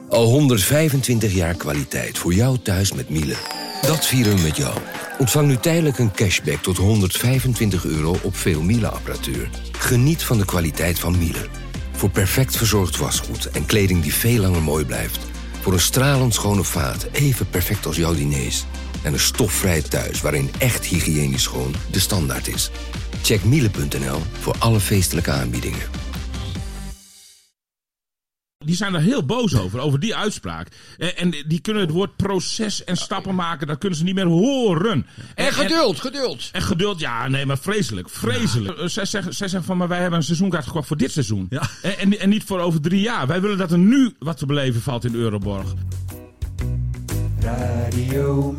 Al 125 jaar kwaliteit voor jou thuis met Miele. Dat vieren we met jou. Ontvang nu tijdelijk een cashback tot €125 op veel Miele-apparatuur. Geniet van de kwaliteit van Miele. Voor perfect verzorgd wasgoed en kleding die veel langer mooi blijft. Voor een stralend schone vaat, even perfect als jouw diners. En een stofvrij thuis waarin echt hygiënisch schoon de standaard is. Check miele.nl voor alle feestelijke aanbiedingen. Die zijn er heel boos over die uitspraak. En die kunnen het woord proces en stappen maken, dat kunnen ze niet meer horen. En geduld. En geduld, ja, nee, maar vreselijk. Ja. Zij zeggen van, maar wij hebben een seizoenkaart gekocht voor dit seizoen. Ja. En niet voor over 3 jaar. Wij willen dat er nu wat te beleven valt in Euroborg. Radio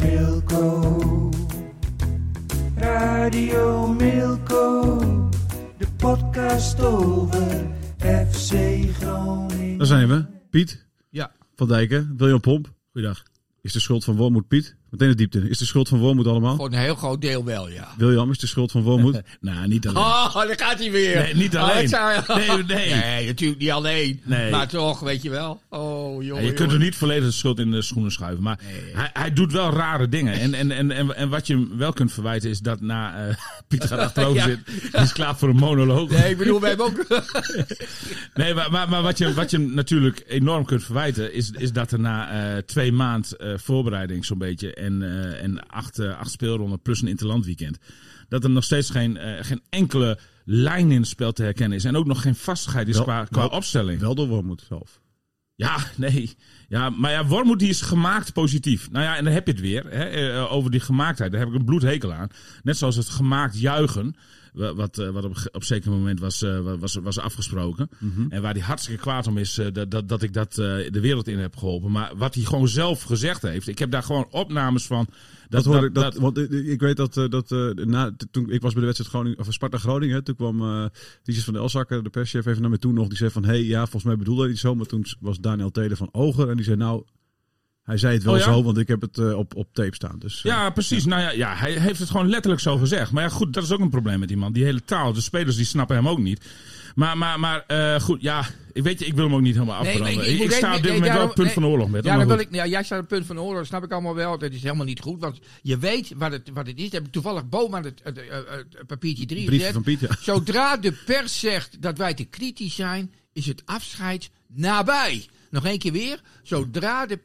Milko, de podcast over FC Groningen. Daar zijn we. Piet. Ja. Van Dijken. William Pomp. Goeiedag. Is de schuld van Wormoed Piet? Meteen de diepte. Is de schuld van Wormoed allemaal? Voor een heel groot deel wel, ja. William, is de schuld van Wormoed? Nou, niet alleen. Oh, daar gaat hij weer. Nee, niet alleen. Nee, natuurlijk niet alleen. Nee. Maar toch, weet je wel. Oh, joh. Je kunt er niet volledig de schuld in de schoenen schuiven. Maar hij doet wel rare dingen. En wat je hem wel kunt verwijten is dat na Piet gaat achterover zitten. Hij is klaar voor een monoloog. Nee, ik bedoel, wij hebben ook... Nee, maar wat je hem natuurlijk enorm kunt verwijten is dat er na 2 maanden voorbereiding zo'n beetje en 8 speelronden plus een interlandweekend, dat er nog steeds geen enkele lijn in het spel te herkennen is. En ook nog geen vastigheid is qua opstelling. Wel door Wormoed zelf. Ja, nee. Ja, maar ja, Wormoed die is gemaakt positief. Nou ja, en dan heb je het weer. Hè, over die gemaaktheid. Daar heb ik een bloedhekel aan. Net zoals het gemaakt juichen. Wat op zeker moment was afgesproken. Mm-hmm. En waar hij hartstikke kwaad om is dat ik dat de wereld in heb geholpen. Maar wat hij gewoon zelf gezegd heeft. Ik heb daar gewoon opnames van. Want ik weet toen ik was bij de wedstrijd Groningen, of Sparta Groningen. Toen kwam Richard van der Elzakker, de perschef, even naar me toe nog. Die zei van, volgens mij bedoelde hij het zo. Maar toen was Daniel Telen van Oger. En die zei, nou... Hij zei het wel zo, want ik heb het op tape staan. Dus, ja, precies. Ja. Nou ja, hij heeft het gewoon letterlijk zo gezegd. Maar ja, goed, dat is ook een probleem met die man. Die hele taal, de spelers die snappen hem ook niet. Maar goed, ja, ik wil hem ook niet helemaal afbranden. Ik sta op dit moment wel op het punt van oorlog met. Ja, jij staat op het punt van oorlog, dat snap ik allemaal wel. Dat is helemaal niet goed, want je weet wat het is. Dat heb ik toevallig bovenaan het papiertje 3 gezet. Van Piet, ja. Zodra de pers zegt dat wij te kritisch zijn, is het afscheid nabij. Nog 1 keer weer. Zodra de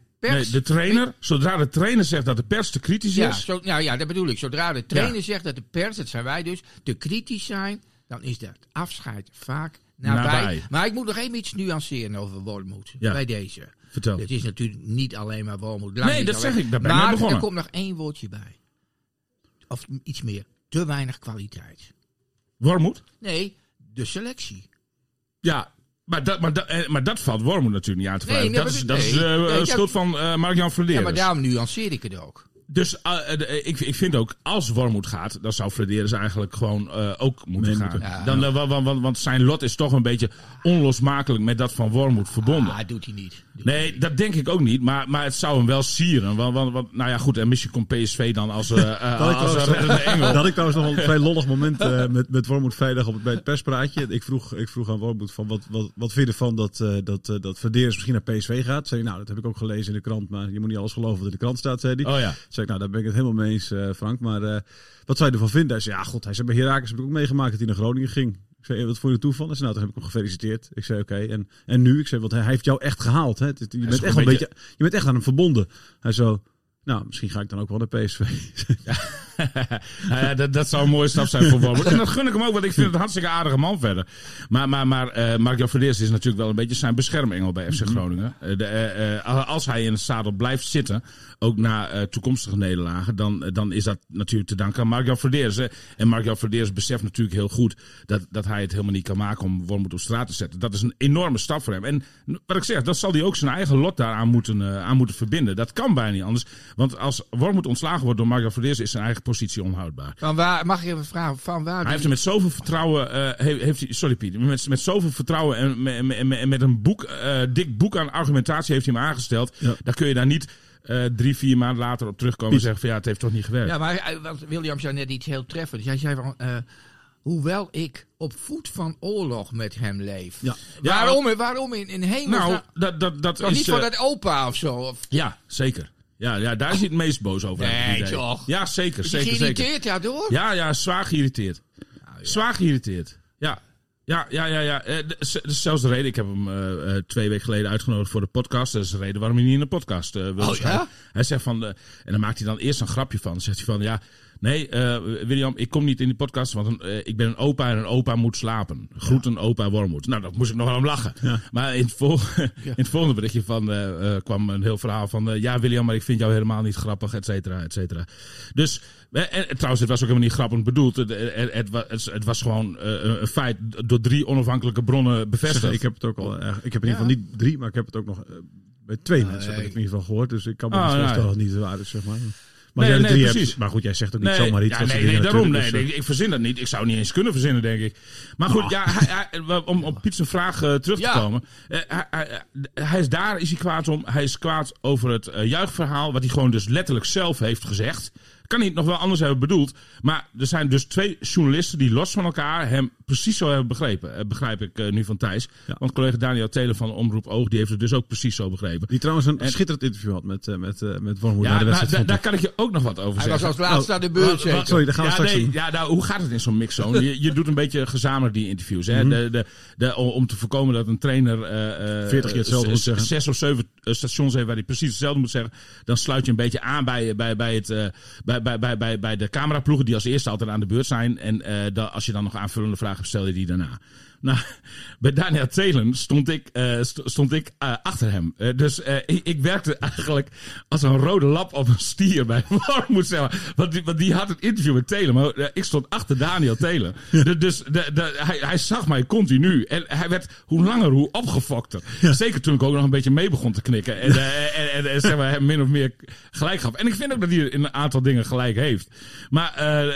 trainer zegt dat de pers te kritisch is. Ja, dat bedoel ik. Zodra de trainer zegt dat de pers, dat zijn wij dus, te kritisch zijn, dan is dat afscheid vaak nabij. Maar ik moet nog even iets nuanceren over Wormoed. Ja. Bij deze. Vertel. Het is natuurlijk niet alleen maar Wormoed. Nee, dat zeg ik. Daar ben ik mee begonnen. Er komt nog 1 woordje bij. Of iets meer. Te weinig kwaliteit. Wormoed? Nee, de selectie. Ja. Maar dat valt Wormoed natuurlijk niet aan te vragen. Dat is de schuld van Mark-Jan Flederis. Ja, maar daarom nuanceer ik het ook. Dus ik vind ook, als Wormoed gaat, dan zou Flederis eigenlijk gewoon ook moeten gaan. Ja. Want zijn lot is toch een beetje onlosmakelijk met dat van Wormoed verbonden. Ah, doet hij niet. Dat denk ik ook niet. Maar het zou hem wel sieren. Want nou ja, goed, en misschien komt PSV dan als reddende engel. Dat had ik trouwens nog een vrij lollig moment met Wormoed vrijdag bij het perspraatje. Ik vroeg aan Wormoed van, wat vind je ervan dat Flederis misschien naar PSV gaat? Zei hij, nou, dat heb ik ook gelezen in de krant, maar je moet niet alles geloven wat in de krant staat, zei hij. Oh ja. Zeg ik, nou, daar ben ik het helemaal mee eens, Frank. Maar wat zou je ervan vinden? Hij zei, hij zei, bij Heracles heb ik ook meegemaakt dat hij naar Groningen ging. Ik zei, wat vond je ertoe van? Hij zei, nou, toen heb ik hem gefeliciteerd. Ik zei, oké. En nu? Ik zei, want hij heeft jou echt gehaald. Hè? Je bent echt je bent echt aan hem verbonden. Hij zo, nou, misschien ga ik dan ook wel naar PSV. Dat zou een mooie stap zijn voor Wormoed. En dat gun ik hem ook, want ik vind het een hartstikke aardige man verder. Maar Mark-Jan Flederis is natuurlijk wel een beetje zijn beschermengel bij FC Groningen. Als hij in het zadel blijft zitten, ook na toekomstige nederlagen, dan is dat natuurlijk te danken aan Mark-Jan Flederis. En Mark-Jan Flederis beseft natuurlijk heel goed dat hij het helemaal niet kan maken om Wormoed op straat te zetten. Dat is een enorme stap voor hem. En wat ik zeg, dat zal hij ook zijn eigen lot daaraan moeten verbinden. Dat kan bijna niet anders. Want als Wormoed ontslagen wordt door Mark-Jan Flederis, is zijn eigen positie onhoudbaar. Mag ik even vragen, van waar? Hij heeft er met zoveel vertrouwen, sorry Piet, met zoveel vertrouwen en met een dik boek aan argumentatie heeft hij hem aangesteld. Ja. Dan kun je daar niet 3-4 maanden later op terugkomen en zeggen van het heeft toch niet gewerkt. Ja, maar William zei net iets heel treffends. Hij zei van, Hoewel ik op voet van oorlog met hem leef. Ja. Waarom in hemel? Dat is... niet van dat opa of zo? Of? Ja, zeker. Ja, daar is hij het meest boos over. Nee, toch? Ja, zeker. Is hij geïrriteerd daardoor? Ja, zwaar geïrriteerd. Zwaar geïrriteerd. Ja. Ja. Dat is zelfs de reden. Ik heb hem 2 weken geleden uitgenodigd voor de podcast. Dat is de reden waarom hij niet in de podcast wil schrijven. Hij zegt van... en dan maakt hij dan eerst een grapje van. Dan zegt hij van... Ja, nee, William, ik kom niet in die podcast, want ik ben een opa en een opa moet slapen. Groeten opa Wormoed. Nou, dat moest ik nog wel om lachen. Ja. Maar in het volgende berichtje kwam een heel verhaal van... ja, William, maar ik vind jou helemaal niet grappig, et cetera, et cetera. Dus, trouwens, het was ook helemaal niet grappig bedoeld. Het was gewoon een feit door 3 onafhankelijke bronnen bevestigd. Ik heb het ook al... ik heb in ieder geval niet 3, maar ik heb het ook nog... bij 2 mensen heb ik het in ieder geval gehoord. Dus ik kan me niet voorstellen dat het niet waar is, zeg maar. Maar jij precies. Hebt, maar goed, jij zegt ook niet zomaar iets. Ja, nee, daarom. Ik verzin dat niet. Ik zou het niet eens kunnen verzinnen, denk ik. Maar goed, om op Piet zijn vraag terug te komen. Hij is kwaad om. Hij is kwaad over het juichverhaal, wat hij gewoon dus letterlijk zelf heeft gezegd. Kan hij het nog wel anders hebben bedoeld. Maar er zijn dus 2 journalisten die los van elkaar hem precies zo hebben begrepen. Begrijp ik nu van Thijs. Ja. Want collega Daniel Telen van Omroep Oog, die heeft het dus ook precies zo begrepen. Die trouwens een schitterend interview had met Wormoed. Ja, daar kan ik je ook nog wat over zeggen. Hij was als laatste aan de beurt. Sorry, daar gaan we straks doen. Nou, hoe gaat het in zo'n mixzone? je doet een beetje gezamenlijk die interviews. Hè? Om te voorkomen dat een trainer 40 keer hetzelfde moet zeggen. 6 of 7 stations heeft waar hij precies hetzelfde moet zeggen. Dan sluit je een beetje aan bij de cameraploegen die als eerste altijd aan de beurt zijn. En als je dan nog aanvullende vragen hebt, stel je die daarna. Nou, bij Daniel Telen stond ik achter hem. Dus ik werkte eigenlijk als een rode lap op een stier bij Wormoed, zeg maar. Want die had het interview met Telen. Maar ik stond achter Daniel Telen. Dus hij zag mij continu. En hij werd hoe langer, hoe opgefokter. Ja. Zeker toen ik ook nog een beetje mee begon te knikken. En zeg maar, hem min of meer gelijk gaf. En ik vind ook dat hij in een aantal dingen gelijk heeft. Maar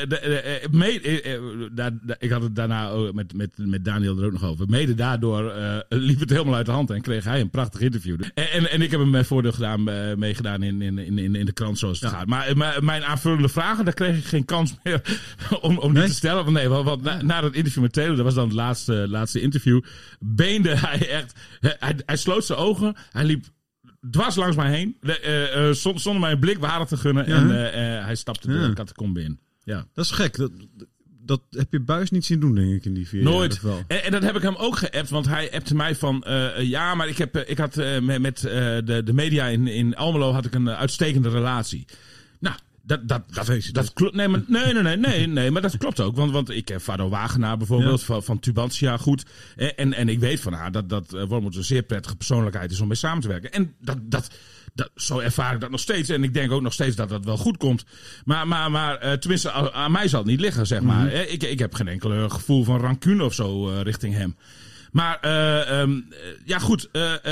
ik had het daarna met Daniel er ook nog over. Mede daardoor liep het helemaal uit de hand en kreeg hij een prachtig interview. En ik heb hem met voordeel meegedaan in de krant zoals het gaat. Maar mijn aanvullende vragen, daar kreeg ik geen kans meer om die te stellen. Want na het interview met Taylor, dat was dan het laatste interview, beende hij echt. Hij sloot zijn ogen, hij liep dwars langs mij heen, zonder mij een blik waardig te gunnen. Ja. En hij stapte de catacombe in. Ja. Dat is gek. Dat heb je Buijs niet zien doen, denk ik, in die 4 Nooit. jaar. Nooit. En dat heb ik hem ook geappt, want hij appte mij van... ja, maar ik had met de media in Almelo had ik een uitstekende relatie. Nou, dat klopt. Nee, maar dat klopt ook. Want ik heb Fado Wagenaar bijvoorbeeld van Tubantia goed. En ik weet van haar dat Wormoed een zeer prettige persoonlijkheid is om mee samen te werken. En zo ervaar ik dat nog steeds. En ik denk ook nog steeds dat dat wel goed komt. Maar tenminste, aan mij zal het niet liggen, zeg maar. Mm-hmm. Ik heb geen enkel gevoel van rancune of zo richting hem. Maar ja goed,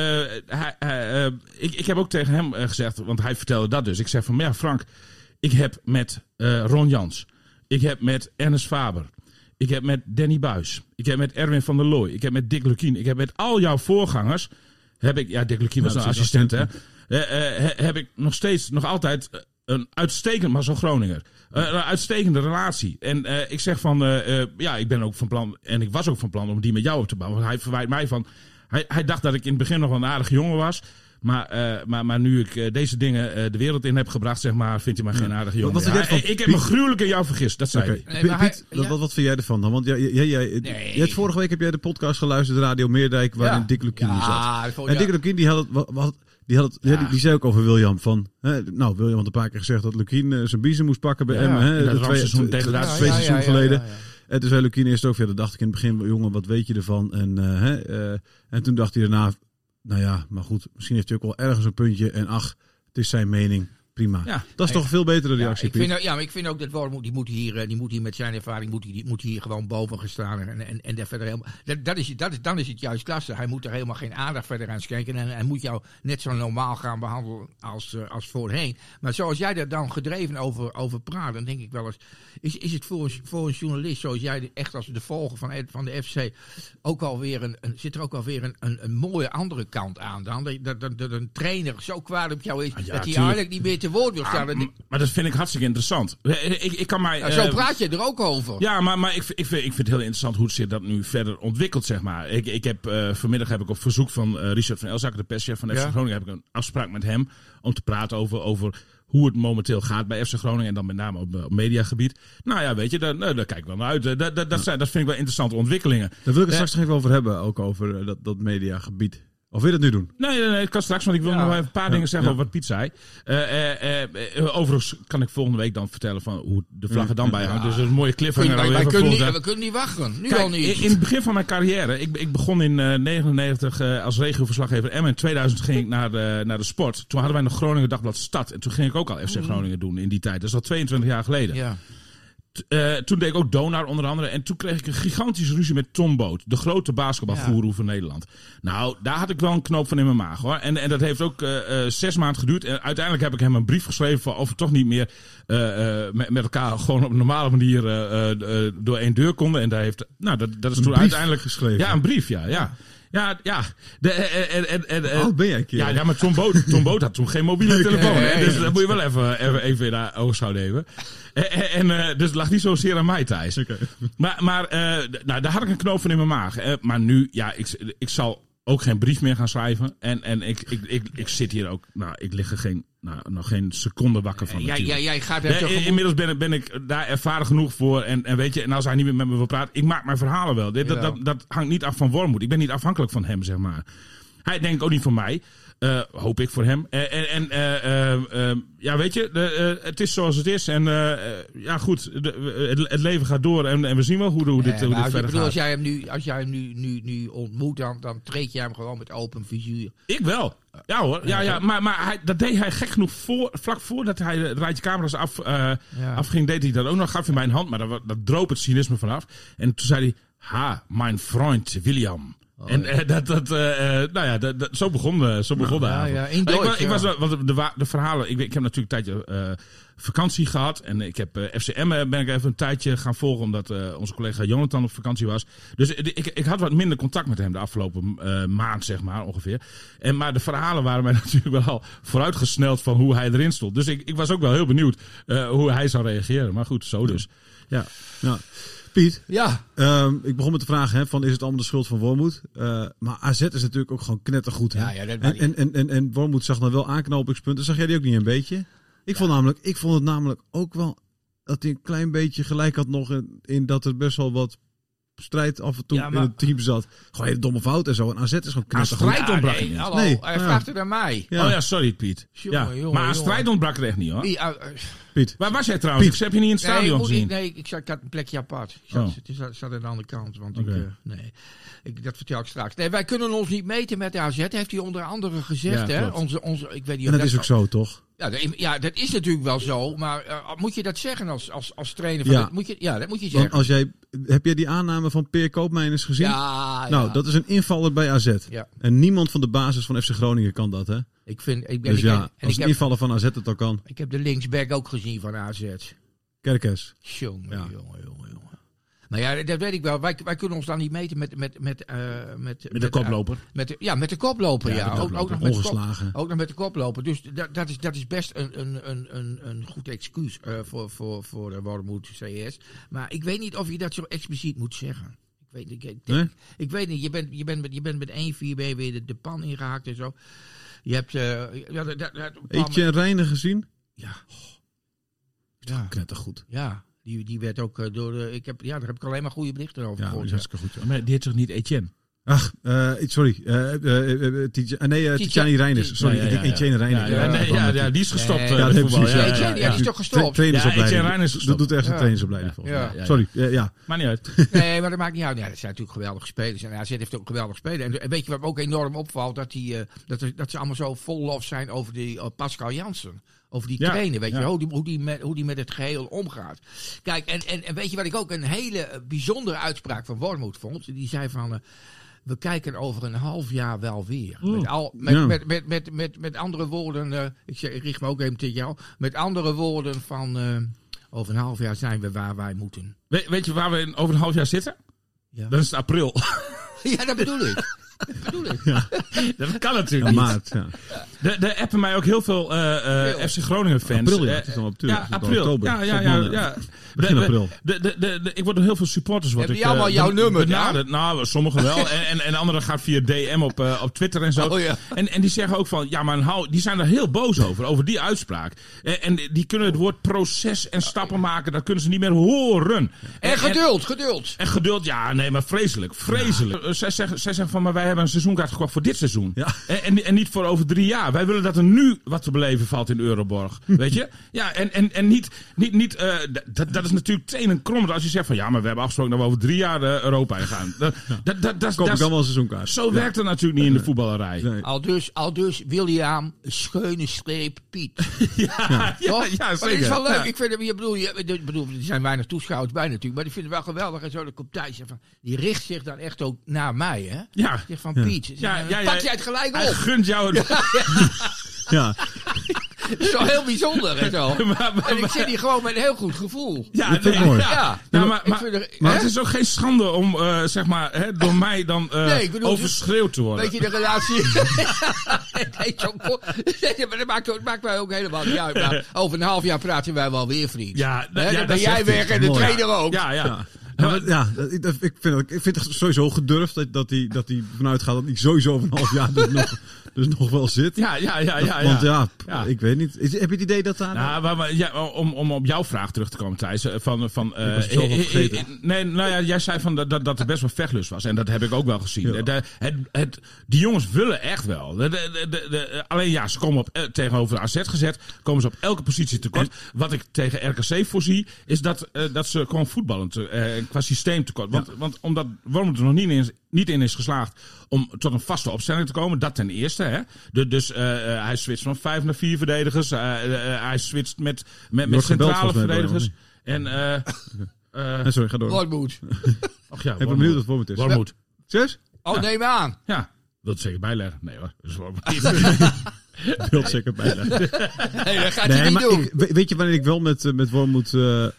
ik heb ook tegen hem gezegd, want hij vertelde dat dus. Ik zeg van, ja Frank, ik heb met Ron Jans, ik heb met Ernest Faber, ik heb met Danny Buijs, ik heb met Erwin van der Looy, ik heb met Dick Lukien, ik heb met al jouw voorgangers, Dick Lukien was een assistent, hè. Heb ik nog altijd een uitstekend, maar zo'n Groninger, een uitstekende relatie. En ik zeg van, ik ben ook van plan, en ik was ook van plan om die met jou op te bouwen. Want hij verwijt mij van, hij dacht dat ik in het begin nog wel een aardige jongen was. Maar nu ik deze dingen de wereld in heb gebracht, zeg maar, vind je mij geen aardige jongen. Ik heb me gruwelijk in jou vergist, dat zei hij. Piet, wat vind jij ervan dan? Want jij vorige week heb jij de podcast geluisterd, Radio Meerdijk, waarin Dick Lukien zat. En Dick Lukien die zei ook over William van... William had een paar keer gezegd dat Lukien zijn biezen moest pakken bij Emmen. 2 seizoenen geleden. En toen zei Lukien eerst ook, dat dacht ik in het begin, jongen, wat weet je ervan? En toen dacht hij daarna, nou ja, maar goed, misschien heeft hij ook wel ergens een puntje. En ach, het is zijn mening. Prima. Ja, dat is toch een veel betere reactie. Maar ik vind ook dat Wormoed, die moet hier met zijn ervaring moet hier gewoon boven gaan staan. En daar verder helemaal. Dan is het juist klasse. Hij moet er helemaal geen aandacht verder aan schenken. En hij moet jou net zo normaal gaan behandelen als voorheen. Maar zoals jij daar dan gedreven over praat, dan denk ik wel eens. Is het voor een journalist zoals jij, echt als de volger van de FC, ook alweer zit er ook alweer een mooie andere kant aan dan? Dat een trainer zo kwaad op jou is, dat hij eigenlijk niet meer te laatste woord wil stellen. Maar dat vind ik hartstikke interessant. Ik kan mij, zo praat je er ook over. Ja, maar ik vind het heel interessant hoe zich dat nu verder ontwikkelt, zeg maar. Vanmiddag heb ik op verzoek van Richard van Elzakker, de perschef van FC Groningen, heb ik een afspraak met hem om te praten over hoe het momenteel gaat bij FC Groningen. En dan met name op mediagebied. Nou ja, weet je, daar kijk ik wel naar uit. Dat vind ik wel interessante ontwikkelingen. Daar wil ik het straks nog even over hebben. Ook over dat mediagebied. Of wil je dat nu doen? Nee, het kan straks, want ik wil nog even een paar dingen zeggen over wat Piet zei. Overigens kan ik volgende week dan vertellen van hoe de vlag er dan bij hangt. Dus een mooie cliffhanger. We kunnen niet wachten. Nu al niet. In het begin van mijn carrière, ik begon in 1999 als regioverslaggever en in 2000 ging ik naar de sport. Toen hadden wij nog Groningen Dagblad Stad. En toen ging ik ook al FC Groningen doen in die tijd. Dat is al 22 jaar geleden. Ja. Toen deed ik ook Donar onder andere. En toen kreeg ik een gigantische ruzie met Tom Boot. De grote basketbalgoeroe van Nederland. Nou, daar had ik wel een knoop van in mijn maag, hoor. En dat heeft ook 6 maanden geduurd. En uiteindelijk heb ik hem een brief geschreven van of we toch niet meer met elkaar gewoon op een normale manier door één deur konden. En daar heeft, dat is toen uiteindelijk geschreven. Ja, een brief, ja. Ja. Hoe ben jij, keer? Ja, maar Tom Boot had toen geen mobiele telefoon. Hè? Dus dat moet je wel even in de oogschouw nemen. Dus het lag niet zozeer aan mij, Thijs. Okay. Maar daar had ik een knoop van in mijn maag. Maar nu, ik zal ook geen brief meer gaan schrijven. En ik zit hier ook, ik lig er geen seconde wakker van. Jij gaat inmiddels ben ik daar ervaren genoeg voor. En weet je, en als hij niet meer met me wil praten, ik maak mijn verhalen wel. Dat hangt niet af van Wormoed. Ik ben niet afhankelijk van hem, zeg maar. Hij denkt ook niet van mij. Hoop ik voor hem. Weet je, het is zoals het is. En goed, het leven gaat door. En we zien wel hoe dit verder gaat. Als jij hem nu ontmoet, dan treed je hem gewoon met open vizuur. Ik wel. Ja hoor. Ja. Maar dat deed hij gek genoeg vlak voordat hij het rijtje camera's afging, deed hij dat ook nog. Gaf hij mij een hand, maar dat droop het cynisme vanaf. En toen zei hij, mijn vriend William. Zo begon de avond. Ik was want de verhalen. Ik heb natuurlijk een tijdje vakantie gehad. En ik heb FCM ben ik even een tijdje gaan volgen. Omdat onze collega Jonathan op vakantie was. Dus ik had wat minder contact met hem de afgelopen maand, zeg maar, ongeveer. Maar de verhalen waren mij natuurlijk wel al vooruitgesneld van hoe hij erin stond. Dus ik was ook wel heel benieuwd hoe hij zou reageren. Maar goed, zo dus. Ja. Piet, ja. Ik begon met de vraag van is het allemaal de schuld van Wormoed? Maar AZ is natuurlijk ook gewoon knettergoed. Hè? Ja, en Wormoed zag dan wel aanknopingspunten. Zag jij die ook niet een beetje? Ik vond het namelijk ook wel dat hij een klein beetje gelijk had nog in dat er best wel wat strijd af en toe in het team zat. Gewoon hele domme fout en zo. En AZ is gewoon knettergoed. Strijd ontbrak niet. Hallo, hij vraagt het aan mij. Ja. Oh ja, sorry Piet. Jongen, maar strijd ontbrak er echt niet, hoor. Piet. Waar was jij trouwens? Ik heb je niet in het stadion gezien. Nee, ik had een plekje apart. Het zat aan de andere kant. Want dat vertel ik straks. Nee, wij kunnen ons niet meten met de AZ. Heeft hij onder andere gezegd. Ja, hè? Ik weet niet en dat is ook zo, toch? Ja, dat is natuurlijk wel zo. Maar moet je dat zeggen als trainer? Van dat moet je zeggen. Want heb jij die aanname van Peer Koopmeiners gezien? Ja. Dat is een invaller bij AZ. Ja. En niemand van de basis van FC Groningen kan dat, hè? Als een invaller van AZ het al kan. Ik heb de linksback ook gezien van AZ. Kerkers. Jongen. Maar ja, dat weet ik wel. Wij kunnen ons dan niet meten met de koploper. Met de koploper, ja. Ook nog ongeslagen. Ook nog met de koploper. Dus dat is best een goed excuus voor Wormoed CS. Maar ik weet niet of je dat zo expliciet moet zeggen. Ik weet niet. Je bent met 1-4 weer de pan ingehaakt en zo. Je hebt... Etienne Reijnen gezien? Ja. Knettergoed. Ja. Die werd ook door de... daar heb ik alleen maar goede berichten over gehoord. Ja, dat is hartstikke goed. Maar die heet toch niet Etienne? Ach, sorry. Tijani Reijners. Sorry, Etienne Reijnen. Ja, die is gestopt. Die is toch gestopt? Trainersopleiding. Dat doet echt een trainersopleiding volgens mij. Sorry, Maakt niet uit. Nee, maar dat maakt niet uit. Ja, dat zijn natuurlijk geweldige spelers. En AZ heeft ook geweldige spelers. En weet je wat me ook enorm opvalt? Dat ze allemaal zo vol lof zijn over die Pascal Jansen. Over die trainer, weet je wel, hoe die met het geheel omgaat. Kijk, en weet je wat ik ook een hele bijzondere uitspraak van Wormoed vond? Die zei van... we kijken over een half jaar wel weer. Met andere woorden, ik richt me ook even tegen jou. Met andere woorden van over een half jaar zijn we waar wij moeten. Weet je waar we over een half jaar zitten? Ja. Dat is april. Ja, dat bedoel ik. Dat bedoel ik. Ja. Dat kan natuurlijk niet. Maart, ja. Er appen mij ook heel veel FC Groningen fans. April, ja. Het is dan april. oktober. Ja. Begin april. Ik word door heel veel supporters. Heb je allemaal jouw nummer? Benaderd. Nou, sommigen wel. en anderen gaan via DM op Twitter en zo. Oh, ja. En die zeggen ook van, ja, maar die zijn er heel boos over die uitspraak. En die kunnen het woord proces en stappen maken, dat kunnen ze niet meer horen. En geduld. En geduld, ja, nee, maar vreselijk. Zij zeggen van, maar wij hebben een seizoenkaart gekocht voor dit seizoen. Ja. En niet voor over 3 jaar. Wij willen dat er nu wat te beleven valt in Euroborg. Weet je? Ja, en niet dat is natuurlijk tenen krom. Als je zegt van, ja, maar we hebben afgesproken dat we over 3 jaar Europa in gaan. Koop ik dan wel een seizoenkaart. Zo werkt het natuurlijk niet in de voetballerij. Nee. Al dus William, schöne streep, Piet. Ja, zeker. Maar dat is wel leuk. Ik vind, ik bedoel, er zijn weinig toeschouwers bij natuurlijk. Maar ik vind het wel geweldig. En zo, dat komt Thijs. Die richt zich dan echt ook naar mij. Hè? Ja. Zegt van Piet. Pak jij het gelijk op. Hij gunt jou het. Ja. Dat is wel heel bijzonder en zo. En ik zit hier gewoon met een heel goed gevoel. Ja, dat vind ik mooi. Ja. Maar het is ook geen schande om, zeg maar, door mij dan overschreeuwd te worden. Weet je, de relatie... maar dat maakt mij ook helemaal niet uit. Maar over een half jaar praten wij wel weer, vriend. Ja, dan ben jij weg en de trainer ook. Ja. Ik vind het sowieso gedurfd dat hij vanuit gaat dat hij sowieso over een half jaar dus nog wel zit. Ja. Want ik weet niet. Heb je het idee dat daar... Nou, om op jouw vraag terug te komen, Thijs. Jij zei van dat er best wel vechtlust was. En dat heb ik ook wel gezien. Ja. Die jongens willen echt wel. Alleen ze komen tegenover AZ gezet. Komen ze op elke positie tekort. Wat ik tegen RKC voorzie, is dat ze gewoon voetballend qua systeem tekort. Want omdat Wormoed er nog niet in is geslaagd om tot een vaste opstelling te komen. Dat ten eerste. Hè. Dus hij switcht van 5 naar 4 verdedigers. Hij switcht met centrale verdedigers. Sorry, ga door. Wormoed. Ach ja, ik ben benieuwd wat Wormoed is. Wormoed. Serieus? Oh, neem aan. Ja, dat is zeker bijleggen. Nee hoor. Dat is Wormoed. Wil zeker bijleggen. Nee, dat gaat hij niet doen. Weet je wanneer ik wel met Wormoed...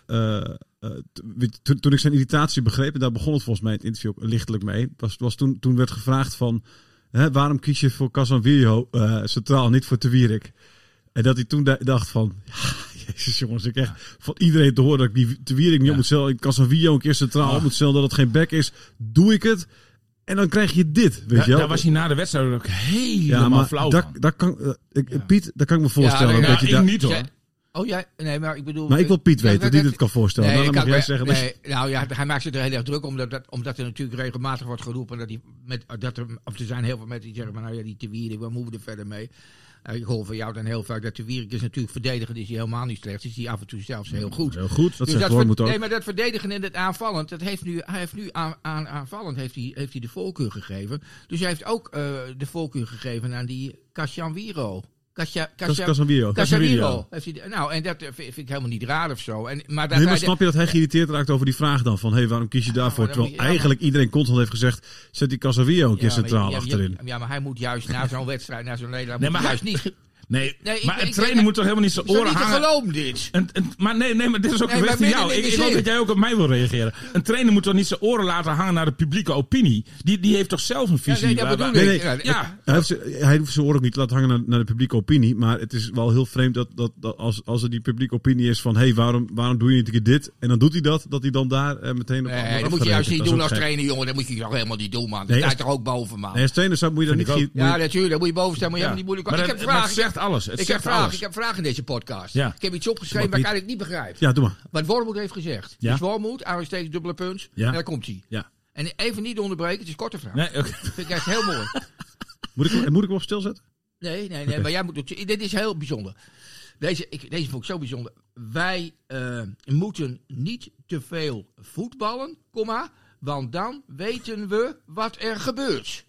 toen ik zijn irritatie begreep, en daar begon het volgens mij in het interview ook lichtelijk mee, was toen werd gevraagd van, waarom kies je voor Casemiro centraal, niet voor Te Wierik? En dat hij toen dacht van, jezus jongens, ik echt van iedereen te horen dat ik die Te Wierik niet op moet stellen, ik Casemiro een keer centraal op moet stellen, dat het geen back is, doe ik het. En dan krijg je dit, weet je wel. Daar was hij na de wedstrijd ook helemaal flauw van. Piet, dat kan ik me voorstellen. Ik niet hoor. Oh ja, nee, maar ik bedoel... Maar ik wil Piet weten, die dit kan voorstellen. Nee, dan mag jij zeggen... Nou ja, hij maakt zich er heel erg druk omdat er natuurlijk regelmatig wordt geroepen er zijn heel veel mensen die zeggen, maar nou ja, die Te Wierik, waar moeten we er verder mee? Ik hoor van jou dan heel vaak dat Te Wierik is natuurlijk verdedigend, is hij helemaal niet slecht, is hij af en toe zelfs heel goed. Heel goed, dat dus zegt Wormoed ook. Nee, maar dat verdedigen en het aanvallend, hij heeft nu aanvallend heeft hij de voorkeur gegeven. Dus hij heeft ook de voorkeur gegeven aan die Casemiro. Casemiro. En dat vind ik helemaal niet raar of zo. Maar snap je dat hij geïrriteerd raakt over die vraag dan? Van, waarom kies je daarvoor? Terwijl eigenlijk iedereen constant heeft gezegd, zet die Casemiro een keer centraal achterin. Ja, maar hij moet juist na zo'n wedstrijd, na zo'n nederlaag, juist niet... Nee, maar een trainer moet toch helemaal niet zijn oren hangen... Het is niet te geloven, dit. Maar dit is ook een weg van jou. Ik hoop dat jij ook op mij wil reageren. Een trainer moet toch niet zijn oren laten hangen naar de publieke opinie? Die heeft toch zelf een visie? Hij hoeft zijn oren ook niet te laten hangen naar de publieke opinie. Maar het is wel heel vreemd dat als er die publieke opinie is van... waarom doe je niet een keer dit? En dan doet hij dat hij dan daar meteen op... Nee, dat moet je juist niet doen als trainer, jongen. Dat moet je toch helemaal niet doen, man. Dat staat toch ook boven, man. Nee, als trainer moet je dat niet... Ja, natuurlijk. Dat moet je boven staan, maar je hebt niet moeilijk... Ik heb vragen. Alles. Ik heb vragen in deze podcast. Ja. Ik heb iets opgeschreven waar ik eigenlijk niet begrijp. Ja, doe maar. Wat Wormoed heeft gezegd. Ja. Dus Wormoed, aanstekens, dubbele punt. Ja. En daar komt hij. Ja. En even niet onderbreken, het is een korte vraag. Nee, okay. Dat vind ik echt heel mooi. Moet ik hem op stilzetten? Nee, maar jij moet... Dit is heel bijzonder. Deze vond ik zo bijzonder. Wij moeten niet te veel voetballen, want dan weten we wat er gebeurt.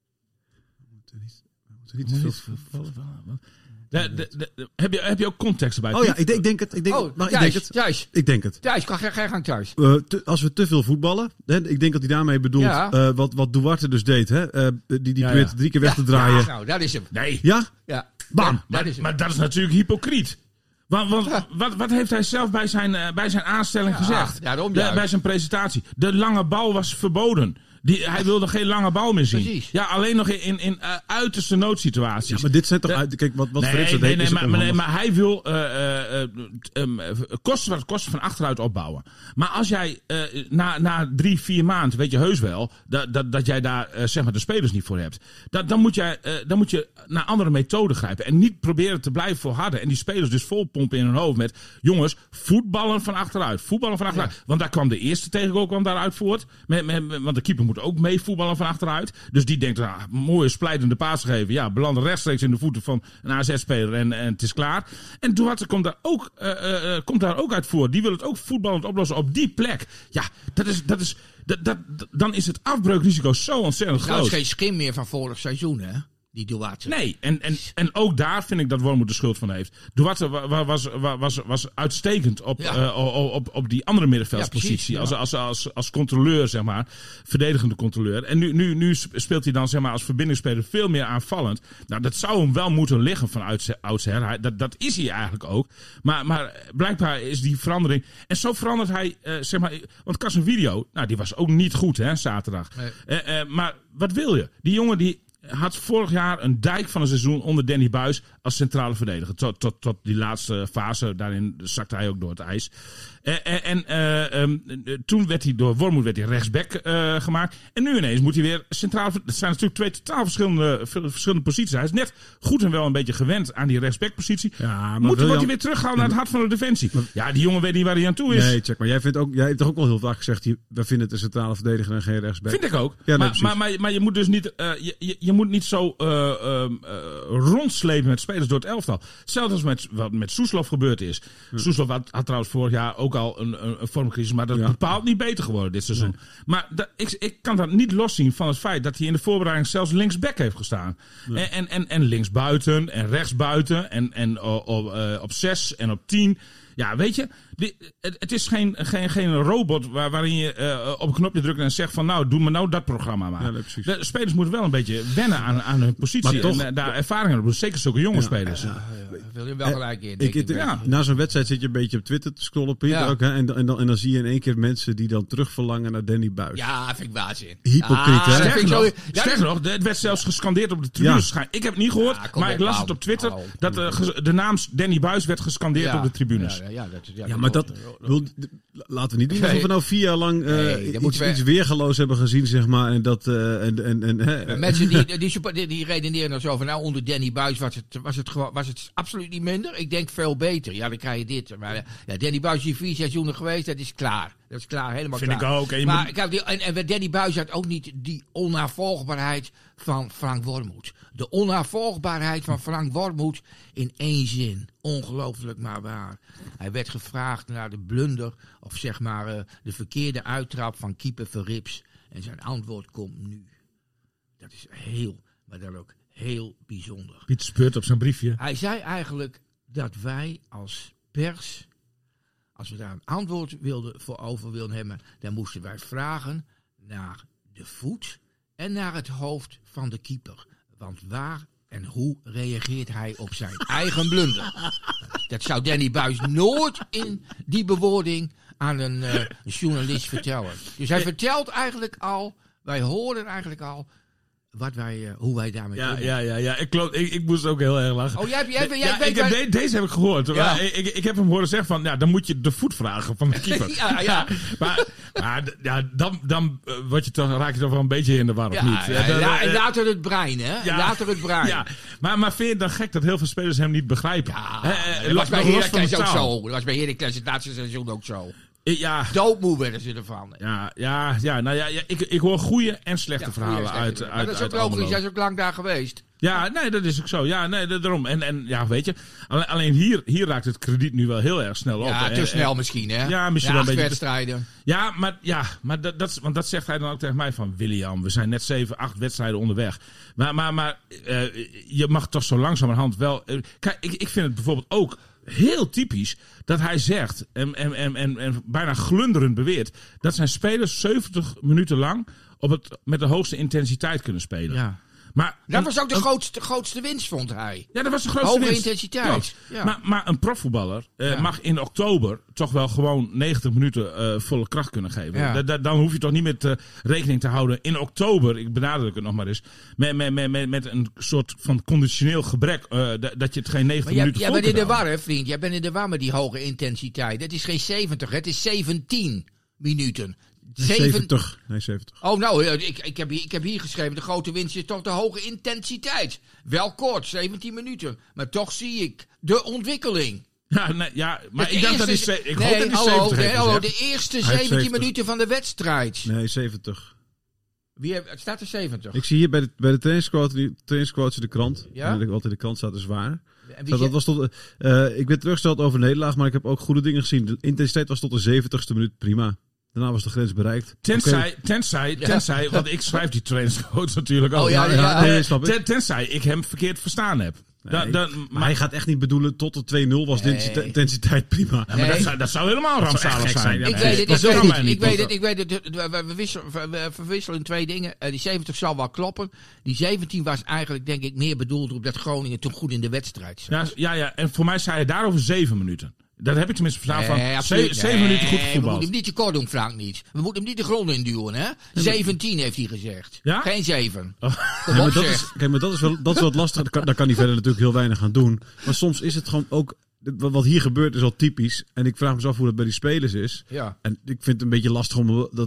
Niet te veel voetballen. Heb je ook context erbij? Oh ja, ik denk het. Thijs. Ik denk het. Thijs, ga gang thuis. Als we te veel voetballen, ik denk dat hij daarmee bedoelt wat Duarte dus deed. Hè? Die probeert 3 keer weg te draaien. Nou, dat is hem. Nee. Ja? Ja. Bam. Maar dat is natuurlijk hypocriet. Want wat heeft hij zelf bij zijn aanstelling gezegd? Daarom bij zijn presentatie. De lange bal was verboden. Hij wilde geen lange bal meer zien. Precies. Ja, alleen nog in uiterste noodsituaties. Ja, maar dit zijn toch kijk, wat Frits dat deed, maar hij wil kosten wat het kost van achteruit opbouwen. Maar als jij na 3-4 maanden, weet je heus wel, dat jij daar zeg maar de spelers niet voor hebt. Dan moet je naar andere methoden grijpen. En niet proberen te blijven volharden. En die spelers dus vol pompen in hun hoofd met, jongens, voetballen van achteruit. Ja. Want daar kwam de eerste tegengoal daaruit voort. Want de keeper moet ook mee voetballen van achteruit. Dus die denkt, mooie splijtende paas geven. Ja, belanden rechtstreeks in de voeten van een AZ-speler en het is klaar. En Duarte komt daar ook uit voor. Die wil het ook voetballend oplossen op die plek. Ja, dan is het afbreukrisico zo ontzettend groot. Dat is geen schim meer van vorig seizoen, hè? Die Duarte. Nee, en ook daar vind ik dat Wormoed de schuld van heeft. Duarte was uitstekend op die andere middenveldspositie. Als controleur, zeg maar. Verdedigende controleur. En nu speelt hij dan, zeg maar, als verbindingsspeler veel meer aanvallend. Nou, dat zou hem wel moeten liggen van oudsher. Dat is hij eigenlijk ook. Maar blijkbaar is die verandering. En zo verandert hij, zeg maar. Want Casemiro, nou, die was ook niet goed, hè, zaterdag. Nee. Maar wat wil je? Die jongen die had vorig jaar een dijk van een seizoen onder Danny Buijs als centrale verdediger. Tot die laatste fase, daarin zakte hij ook door het ijs. Toen werd hij door Wormoed rechtsback gemaakt. En nu ineens moet hij weer centraal. Het zijn natuurlijk twee totaal verschillende posities. Hij is net goed en wel een beetje gewend aan die rechtsbackpositie. Ja, wordt hij weer teruggehaald naar het hart van de defensie. Ja, die jongen weet niet waar hij aan toe is. Nee, check. Maar jij hebt toch ook wel heel vaak gezegd, we vinden het een centrale verdediger en geen rechtsback. Vind ik ook. Ja, nee, maar je moet dus niet, je moet niet zo rondslepen met spelers door het elftal. Hetzelfde als wat met Soeslof gebeurd is. Soeslof had trouwens vorig jaar ook al een vormcrisis, maar dat is bepaald niet beter geworden dit seizoen. Nee. Maar ik kan dat niet loszien van het feit dat hij in de voorbereiding zelfs linksback heeft gestaan. Nee. En linksbuiten en rechtsbuiten en op 6 en op 10. Ja, weet je, het is geen robot waarin je op een knopje drukt en zegt van nou, doe me nou dat programma maar. Ja, nee, de spelers moeten wel een beetje wennen aan hun positie toch, en daar ervaring hebben. Zeker zulke jonge spelers. Wil je wel gelijk in. Na zo'n wedstrijd zit je een beetje op Twitter te scrollen, Piet, ook, hè? En dan zie je in één keer mensen die dan terugverlangen naar Danny Buijs. Ja, vind ik waanzin. Hypocriet, hè? Sterker nog, het werd zelfs gescandeerd op de tribunes. Ja. Ik heb het niet gehoord, maar ik las het op Twitter dat de naam Danny Buijs werd gescandeerd op de tribunes. Maar laten we niet doen alsof we nou 4 jaar lang iets weergeloos hebben gezien, zeg maar. En dat, mensen die redeneren dan zo van, nou, onder Danny Buijs was het absoluut niet minder. Ik denk veel beter. Ja, dan krijg je dit. Maar Danny Buijs is 4 seizoenen geweest, dat is klaar. Dat is klaar, helemaal vind klaar. Vind ik ook. Maar en Danny Buijs had ook niet die onnavolgbaarheid van Frank Wormoed. De onnavolgbaarheid van Frank Wormoed in 1 zin. Ongelooflijk maar waar. Hij werd gevraagd naar de blunder, of zeg maar de verkeerde uittrap van keeper Verrips. En zijn antwoord komt nu. Dat is maar dan ook heel bijzonder. Piet speurt op zijn briefje. Hij zei eigenlijk dat wij als pers, als we daar een antwoord over wilden hebben, dan moesten wij vragen naar de voet en naar het hoofd van de keeper. Want waar en hoe reageert hij op zijn eigen blunder? Dat zou Danny Buijs nooit in die bewoording aan een journalist vertellen. Dus hij vertelt eigenlijk al, wij horen eigenlijk al, hoe wij daarmee doen. Ja. Ik moest ook heel erg lachen. Oh, deze heb ik gehoord. Ja. Ik heb hem horen zeggen van, ja, dan moet je de voet vragen van de keeper. ja. Maar dan raak je toch wel een beetje in de war, of niet? En later het brein, hè? Ja, later het brein. Ja. Maar vind je het dan gek dat heel veel spelers hem niet begrijpen? Dat was bij Heracles ook zo. Dat was bij Heracles het laatste seizoen ook zo. Ja. Doodmoe werden ze ervan. Ik hoor goede en slechte verhalen uit. Maar dat is ook logisch, jij is ook lang daar geweest. Ja, nee, dat is ook zo. Ja, nee, daarom. En ja, weet je, alleen hier raakt het krediet nu wel heel erg snel op. Ja, te snel misschien, hè? Ja, misschien wel een beetje. Wedstrijden. Maar dat zegt hij dan ook tegen mij van, William, we zijn net 7, 8 wedstrijden onderweg. Maar je mag toch zo langzamerhand wel. Kijk, ik vind het bijvoorbeeld ook heel typisch dat hij zegt en bijna glunderend beweert dat zijn spelers 70 minuten lang met de hoogste intensiteit kunnen spelen. Ja. Maar dat was ook de grootste winst, vond hij. Ja, dat was de grootste winst. Hoge intensiteit. Ja. Maar een profvoetballer mag in oktober toch wel gewoon 90 minuten volle kracht kunnen geven. Ja. Dan hoef je toch niet met rekening te houden in oktober, ik benadruk het nog maar eens, met een soort van conditioneel gebrek dat je het geen 90 minuten vol bent in de houden. war, hè, vriend. Jij bent in de war met die hoge intensiteit. Het is geen 70, het is 17 minuten. 70. Nee, 70. Oh, nou, ik heb hier geschreven, de grote winst is toch de hoge intensiteit. Wel kort, 17 minuten. Maar toch zie ik de ontwikkeling. Ja, maar ik dacht dat is... Ik hoop dat is 70 heeft hallo, de eerste 17 minuten van de wedstrijd. Nee, 70. Het staat er 70. Ik zie hier bij de trainingsquotes in de krant. Ja? Wat in de krant staat is waar. Dat was tot, ik ben teruggesteld over Nederland, maar ik heb ook goede dingen gezien. De intensiteit was tot de 70ste minuut prima. Daarna was de grens bereikt. Tenzij, want ik schrijf die trainingsquotes natuurlijk ook. Tenzij ik hem verkeerd verstaan heb. Maar hij gaat echt niet bedoelen tot de 2-0 was de intensiteit prima. Ja, maar dat zou helemaal rampzalig zijn. Ik weet het. We verwisselen 2 dingen. Die 70 zal wel kloppen. Die 17 was eigenlijk, denk ik, meer bedoeld op dat Groningen toen goed in de wedstrijd zat. Ja. En voor mij zei hij daarover 7 minuten. Dat heb ik tenminste verstaan van 7 minuten goed gevoetbald. We moeten hem niet te kort doen, Frank, niet. We moeten hem niet de grond induwen, hè. 17 heeft hij gezegd. Ja? Geen 7. Maar dat is wel wat lastig. Daar kan hij verder natuurlijk heel weinig aan doen. Maar soms is het gewoon ook... Wat hier gebeurt is al typisch. En ik vraag me af hoe dat bij die spelers is. Ja. En ik vind het een beetje lastig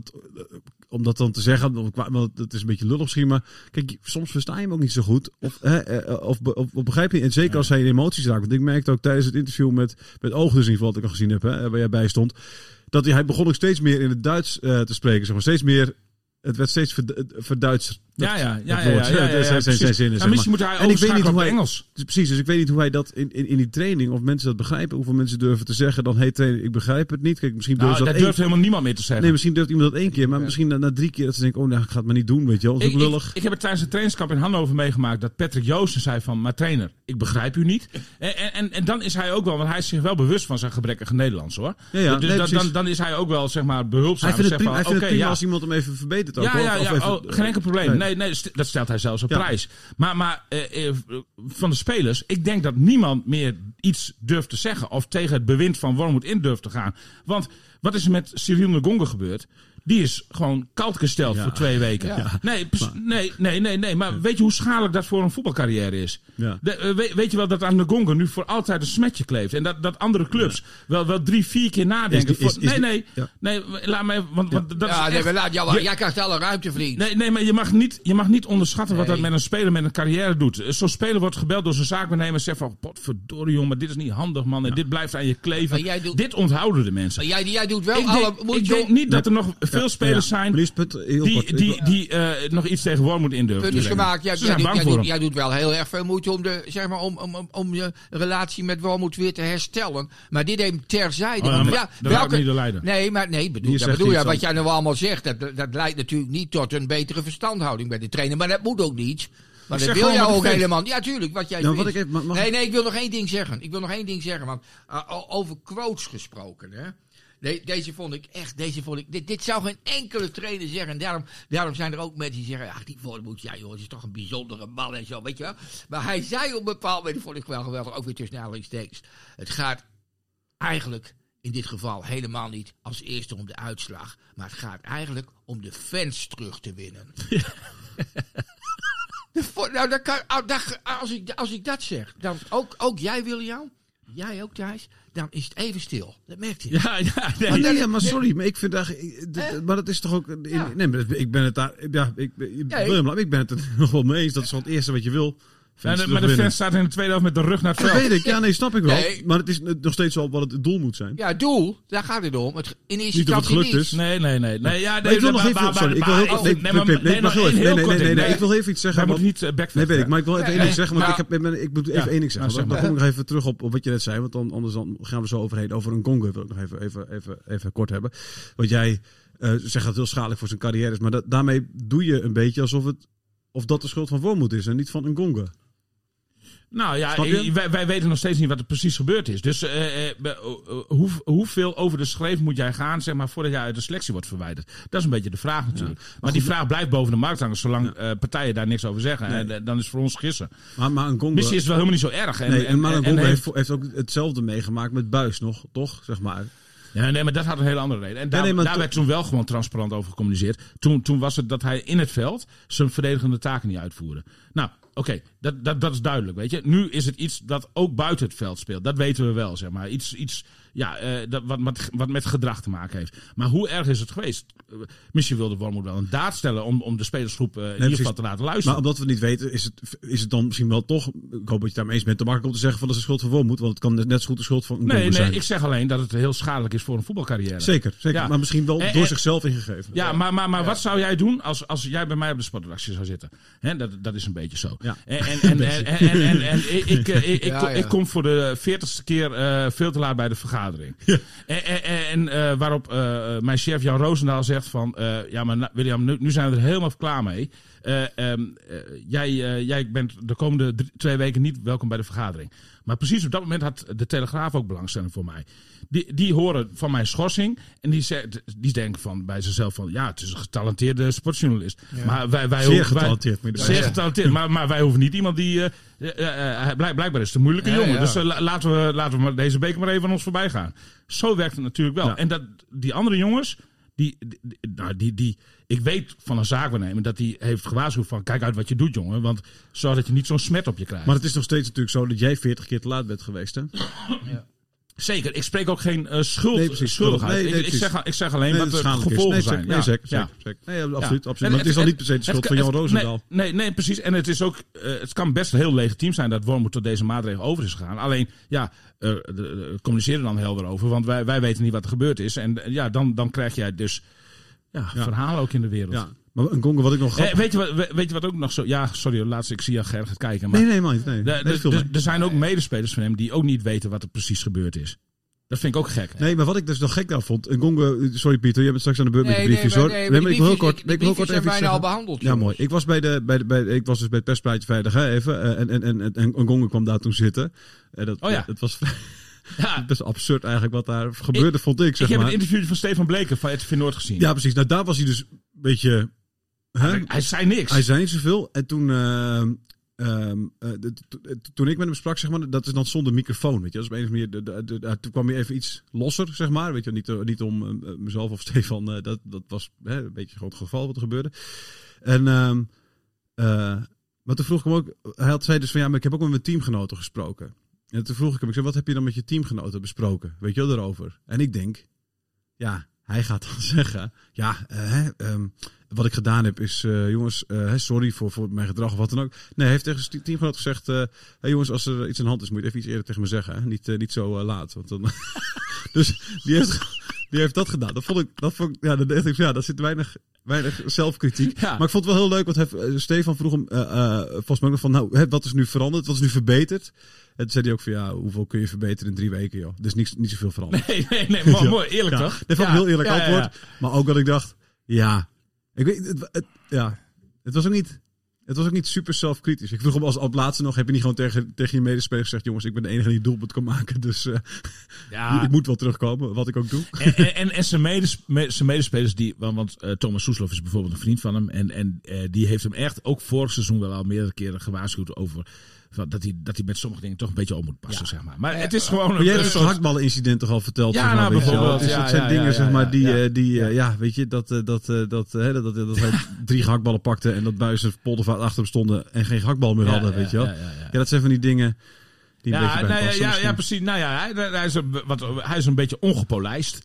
om dat dan te zeggen. Want het is een beetje lullig misschien. Maar kijk, soms versta je hem ook niet zo goed. Of begrijp je. En zeker als hij in emoties raakt. Want ik merkte ook tijdens het interview met Oog, dus in ieder geval wat ik al gezien heb. Waar jij bij stond. Dat hij begon ook steeds meer in het Duits te spreken. Zeg maar. Steeds meer... Het werd steeds verduidst. Zijn zinnen. Maar misschien moet hij overschakelen op Engels. Precies, dus ik weet niet hoe hij dat in die training, of mensen dat begrijpen, hoeveel mensen durven te zeggen dan, hey trainer, ik begrijp het niet. Kijk, misschien durft helemaal niemand meer te zeggen. Nee, misschien durft iemand dat 1 keer, maar misschien na 3 keer dat ze denken, ik ga het maar niet doen, weet je wel. Dat is ook lullig. Ik heb het tijdens het trainingskamp in Hannover meegemaakt dat Patrick Joosten zei van, maar trainer, ik begrijp u niet. En dan is hij ook wel, want hij is zich wel bewust van zijn gebrekkige Nederlands, hoor. Dus dan is hij ook wel, zeg maar, behulpzaam. Hij vindt het prima als iemand hem even verbetert ook. Geen enkel probleem. Nee, dat stelt hij zelfs op prijs. Maar van de spelers, ik denk dat niemand meer iets durft te zeggen of tegen het bewind van Wormoed in durft te gaan. Want wat is er met Cyril Ngonga gebeurd? Die is gewoon koud gesteld voor 2 weken. Ja. Nee. Maar weet je hoe schadelijk dat voor een voetbalcarrière is? Ja. Weet je wel dat aan Ngonga nu voor altijd een smetje kleeft? En dat andere clubs wel 3-4 keer nadenken. Nee, laat mij... Jij krijgt alle ruimte, vriend. Nee, maar je mag niet onderschatten wat dat met een speler met een carrière doet. Zo'n speler wordt gebeld door zijn zaakwaarnemer en zegt van, potverdorie jongen, dit is niet handig man. En dit blijft aan je kleven. Dit onthouden de mensen. Maar jij doet wel ik denk niet dat er nog veel spelers zijn die nog iets tegen Wormoed in durven. Punt is gemaakt. Jij doet wel heel erg veel moeite om je relatie met Wormoed weer te herstellen. Maar dit even terzijde. Dat laat me niet leiden. Bedoel je, wat jij nou allemaal zegt, dat leidt natuurlijk niet tot een betere verstandhouding bij de trainer. Maar dat moet ook niet. Maar dat wil jij ook helemaal. Ja, tuurlijk. Wat jij Nee, ik wil nog één ding zeggen. Want over quotes gesproken, hè. Deze vond ik. Dit zou geen enkele trainer zeggen. En daarom zijn er ook mensen die zeggen, ach, die Wormoed, ja joh, het is toch een bijzondere man en zo, weet je wel. Maar hij zei op een bepaald moment, vond ik wel geweldig, ook weer tussen aanhalingstekens. Het gaat eigenlijk in dit geval helemaal niet als eerste om de uitslag. Maar het gaat eigenlijk om de fans terug te winnen. Ja. Als ik dat zeg, dan ook jij, William, jij ook, Thijs, dan is het even stil. Dat merkt je. Maar sorry, maar ik vind maar dat is toch ook... ik ben het daar... ik ben het er nog wel mee eens. Dat is wel het eerste wat je wil. Maar de fans staat in de tweede helft met de rug naar het veld. Dat weet ik, nee, snap ik wel. Nee. Maar het is nog steeds wel wat het doel moet zijn. Ja, doel, daar gaat het om. Niet of het gelukt is. Nee. Ik wil nog even... Sorry, ik wil even iets zeggen. Hij moet niet backfesten. Nee, weet ik, maar ik wil even één ding zeggen. Ik moet even één ding zeggen. Dan kom ik nog even terug op wat je net zei. Want anders gaan we zo overheen. Over een Ngonga wil ik nog even kort hebben. Want jij zegt dat het heel schadelijk voor zijn carrière is. Maar daarmee doe je een beetje alsof dat de schuld van Wormoed is en niet van Ngonga. Nou ja, wij weten nog steeds niet wat er precies gebeurd is. Dus hoeveel over de schreef moet jij gaan, zeg maar, voordat jij uit de selectie wordt verwijderd? Dat is een beetje de vraag natuurlijk. Maar die vraag blijft boven de markt hangen, zolang partijen daar niks over zeggen. Nee. Dan is het voor ons gissen. Maar Ngongo... Misschien is het wel helemaal niet zo erg. Maar Ngongo heeft ook hetzelfde meegemaakt met Buis nog, toch? Zeg maar. Ja, nee, maar dat had een hele andere reden. En daar werd toen wel gewoon transparant over gecommuniceerd. Toen was het dat hij in het veld zijn verdedigende taken niet uitvoerde. Nou, oké, dat is duidelijk, weet je. Nu is het iets dat ook buiten het veld speelt. Dat weten we wel, zeg maar. Iets wat met gedrag te maken heeft. Maar hoe erg is het geweest? Misschien wilde Wormoed wel een daad stellen om de spelersgroep in ieder geval te laten luisteren. Maar omdat we het niet weten, is het dan misschien wel toch... Ik hoop dat je het daarmee eens bent, te makkelijk om te zeggen van dat is de schuld van Wormoed. Want het kan net zo goed de schuld van Ngongo zijn. Nee, ik zeg alleen dat het heel schadelijk is voor een voetbalcarrière. Zeker. Ja. Maar misschien wel door zichzelf ingegeven. Ja, maar wat zou jij doen als jij bij mij op de sportredactie zou zitten? Dat is een beetje zo. Ja. Ik kom voor de 40ste keer veel te laat bij de vergadering. Ja. Waarop mijn chef Jan Roosendaal zegt van... maar William, nu zijn we er helemaal klaar mee. Jij bent de komende 2 weken niet welkom bij de vergadering. Maar precies op dat moment had de Telegraaf ook belangstelling voor mij. Die horen van mijn schorsing en die denken van bij zichzelf van... Ja, het is een getalenteerde sportjournalist. Ja. Maar zeer getalenteerd. Zeer getalenteerd. Maar wij hoeven niet iemand die... blijkbaar is het een moeilijke jongen. Ja. Dus laten we maar deze beker maar even aan ons voorbij gaan. Zo werkt het natuurlijk wel. Ja. En die andere jongens... Ik weet van een zaakwaarnemer dat hij heeft gewaarschuwd van... Kijk uit wat je doet, jongen. Want zodat je niet zo'n smet op je krijgt. Maar het is nog steeds natuurlijk zo dat jij 40 keer te laat bent geweest, hè? Ja. Zeker. Ik spreek ook geen schuldigheid. Ik zeg alleen wat de gevolgen zijn. Nee, zeker. Nee, absoluut. Maar het is al niet per se de schuld van Jan Roosendaal. Nee, precies. En het is ook... het kan best heel legitiem zijn dat Wormoed tot deze maatregel over is gegaan. Alleen, communiceer er dan helder over. Want wij weten niet wat er gebeurd is. En dan krijg jij dus verhalen ook in de wereld. Ja. Maar Ngongo, wat ik nog weet je wat ook nog zo... Ja, sorry, laatst ik zie je Ger gaat kijken. Maar nee. Er zijn ook medespelers van hem die ook niet weten wat er precies gebeurd is. Dat vind ik ook gek. Nee, maar wat ik dus nog gek daar vond... Ngongo, sorry Pieter, jij bent straks aan de beurt met je briefjes hoor. Ik wil heel kort even bijna al behandeld. Ja, mooi. Ik was ik was dus bij het perspraatje vrijdag even. En Ngongo kwam daar toen zitten. Het was... Ja. Dat is absurd eigenlijk wat daar gebeurde, vond ik. Ik heb het interview van Stefan Bleker van RTV Noord gezien. Ja, precies. Nou, daar was hij dus een beetje... Hij zei niks. Hij zei niet zoveel. En toen... toen ik met hem sprak, zeg maar, dat is dan zonder microfoon, weet je. Dat is op een of andere manier, toen kwam hij even iets losser, zeg maar. Weet je, niet om mezelf of Stefan, dat was een beetje gewoon het geval wat er gebeurde. En... maar toen vroeg ik hem ook... Hij zei dus van, maar ik heb ook met mijn teamgenoten gesproken. En toen vroeg ik hem, wat heb je dan met je teamgenoten besproken? Weet je wel, daarover? En ik denk, hij gaat dan zeggen, wat ik gedaan heb is, jongens, sorry voor mijn gedrag of wat dan ook. Nee, hij heeft tegen zijn teamgenoot gezegd, jongens, als er iets aan de hand is, moet je even iets eerder tegen me zeggen. Hè? Niet zo laat. Want dan dus die heeft dat gedaan. Dat vond ik, dan dacht ik, dat zit weinig zelfkritiek. Ja. Maar ik vond het wel heel leuk, want Stefan vroeg hem volgens mij nog van, wat is nu veranderd? Wat is nu verbeterd? En toen zei hij ook van, hoeveel kun je verbeteren in 3 weken, joh? Dus niet zoveel veranderd. Nee, mooi, eerlijk toch? Dat vond ik heel eerlijk antwoord. Ja. Maar ook dat ik dacht, ik weet, het was ook niet super zelfkritisch. Ik vroeg hem als laatste nog, heb je niet gewoon tegen je medespelers gezegd, jongens, ik ben de enige die doelpunt kan maken, dus ik moet wel terugkomen, wat ik ook doe. En zijn medespelers, want Thomas Soeslof is bijvoorbeeld een vriend van hem, en die heeft hem echt ook vorig seizoen wel al meerdere keren gewaarschuwd over... Dat hij met sommige dingen toch een beetje op moet passen, zeg maar. Maar het is gewoon... Maar jij hebt het hakballen-incident toch al verteld? Ja, nou, bijvoorbeeld. Dat zijn dingen, zeg maar, weet je, dat hij 3 gehaktballen pakte en dat Buijs en Poldervaart achter hem stonden en geen gehaktbal meer hadden, weet je wel. Ja, dat zijn van die dingen die een beetje bij passen. Ja, precies. Nou ja, hij is een beetje ongepolijst.